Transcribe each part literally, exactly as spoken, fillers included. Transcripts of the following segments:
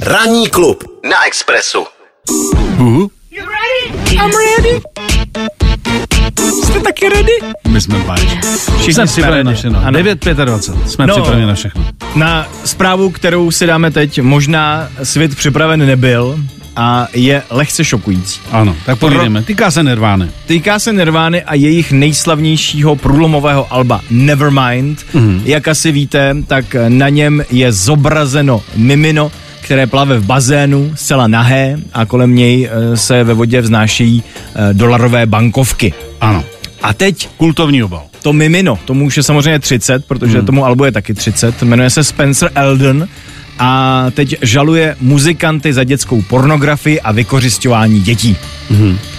Ranní klub na Expressu. Uh. You ready? I'm ready. Jste taky ready? My jsme bájení. Všichni připraveni na všechno. devět dvacet pět jsme no, připraveni na všechno. Na zprávu, kterou si dáme teď, možná svět připraven nebyl a je lehce šokující. Ano, tak povídejme. Týká se Nirvány. Týká se Nirvány a jejich nejslavnějšího průlomového alba Nevermind. Mm. Jak asi víte, tak na něm je zobrazeno mimino, které plave v bazénu zcela nahé a kolem něj se ve vodě vznášejí dolarové bankovky. Ano. A teď kultovní obal. To mimino, tomu už je samozřejmě třicet, protože hmm. tomu albu je taky třicet, jmenuje se Spencer Elden a teď žaluje muzikanty za dětskou pornografii a vykořisťování dětí. Hmm. Uh,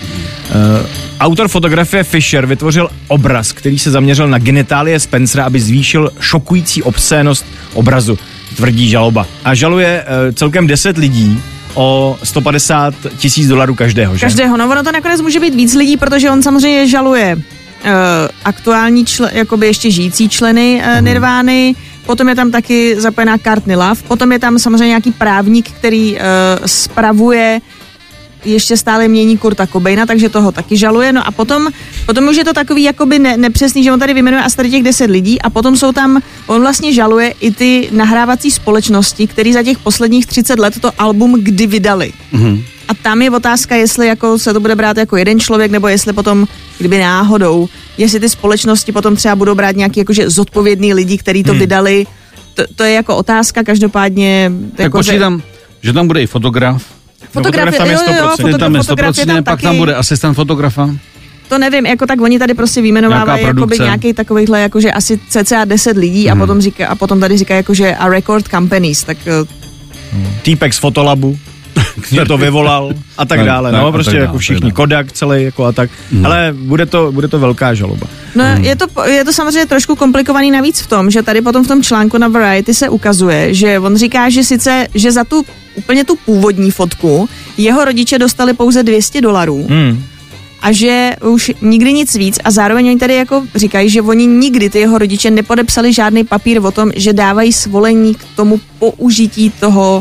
autor fotografie Fisher vytvořil obraz, který se zaměřil na genitálie Spencera, aby zvýšil šokující obscénost obrazu, tvrdí žaloba. A žaluje uh, celkem deset lidí o sto padesát tisíc dolarů každého, že? Každého, no ono to nakonec může být víc lidí, protože on samozřejmě žaluje uh, aktuální, člen, jakoby ještě žijící členy uh, Nirvány, potom je tam taky zapojená Courtney Love, potom je tam samozřejmě nějaký právník, který uh, spravuje ještě stále mění Kurta Cobaina, takže toho taky žaluje, no a potom, potom už je to takový jakoby ne, nepřesný, že on tady vyjmenuje asi tady těch deset lidí a potom jsou tam, on vlastně žaluje i ty nahrávací společnosti, který za těch posledních třicet let to album kdy vydali. Mm-hmm. A tam je otázka, jestli jako se to bude brát jako jeden člověk, nebo jestli potom, kdyby náhodou, jestli ty společnosti potom třeba budou brát nějaký jakože zodpovědný lidi, kteří to hmm. vydali, to, to je jako otázka, každopádně. Tak jako, počítám, že... že tam bude i fotograf. Fotografie, tam je sto procent. Jo, jo, fotogra- tam je sto procent, tam pak taky. tam bude asistent fotografa. To nevím, jako tak oni tady prostě vyjmenovávají jakoby nějaký takovýhle, jakože asi cca deset lidí hmm. a potom říká, a potom tady říká jakože a record companies, tak... Hmm. Týpek z Fotolabu, kdo to vyvolal a tak dále, no, prostě jako všichni, Kodak celý, jako a tak, hmm. ale bude to, bude to velká žaloba. No hmm. je, to, je to samozřejmě trošku komplikovaný navíc v tom, že tady potom v tom článku na Variety se ukazuje, že on říká, že sice, že za tu úplně tu původní fotku jeho rodiče dostali pouze dvě stě dolarů, hmm. a že už nikdy nic víc a zároveň oni tady jako říkají, že oni nikdy, ty jeho rodiče, nepodepsali žádný papír o tom, že dávají svolení k tomu použití toho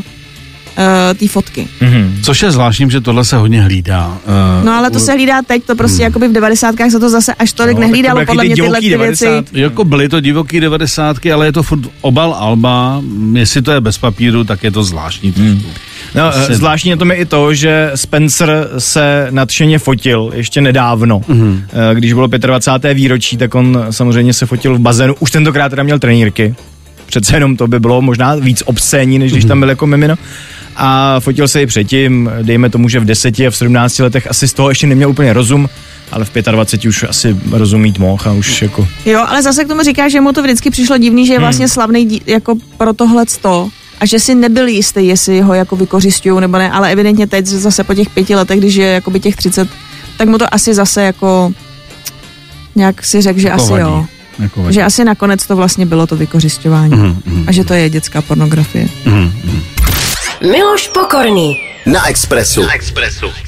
uh, té fotky. Mm-hmm. Což je zvláštní, že tohle se hodně hlídá. Uh, no ale to se hlídá teď, to prostě mm. jakoby v devadesátkách se to zase až tolik no, nehlídalo, podle mě tyhle ty věci. Jako byly to divoký devadesátky, ale je to furt obal alba, jestli to je bez papíru, tak je to zvláštní. Mm. No, Asi... zvláštní na tom je i to, že Spencer se nadšeně fotil ještě nedávno. Mm-hmm. Když bylo dvacátého pátého výročí, tak on samozřejmě se fotil v bazénu. Už tentokrát teda měl trenýrky. Přece jenom to by bylo možná víc obscénní, než když mm-hmm. tam byl jako mimino. A fotil se i předtím, dejme tomu, že v deseti a v sedmnácti letech asi z toho ještě neměl úplně rozum, ale v dvaceti pěti už asi rozumít mohl a už jako... Jo, ale zase k tomu říká, že mu to vždycky přišlo divný, že je vlastně hmm. slavný jako pro tohleto. A že si nebyl jistý, jestli ho jako vykořisťují nebo ne, ale evidentně teď zase po těch pěti letech, když je jakoby těch třicet, tak mu to asi zase jako nějak si řekl, že jako asi vadí. Jo. Jako že asi nakonec to vlastně bylo to vykořisťování. Mm, mm, a že to je dětská pornografie. Mm, mm. Miloš Pokorný na Expressu. Na Expressu.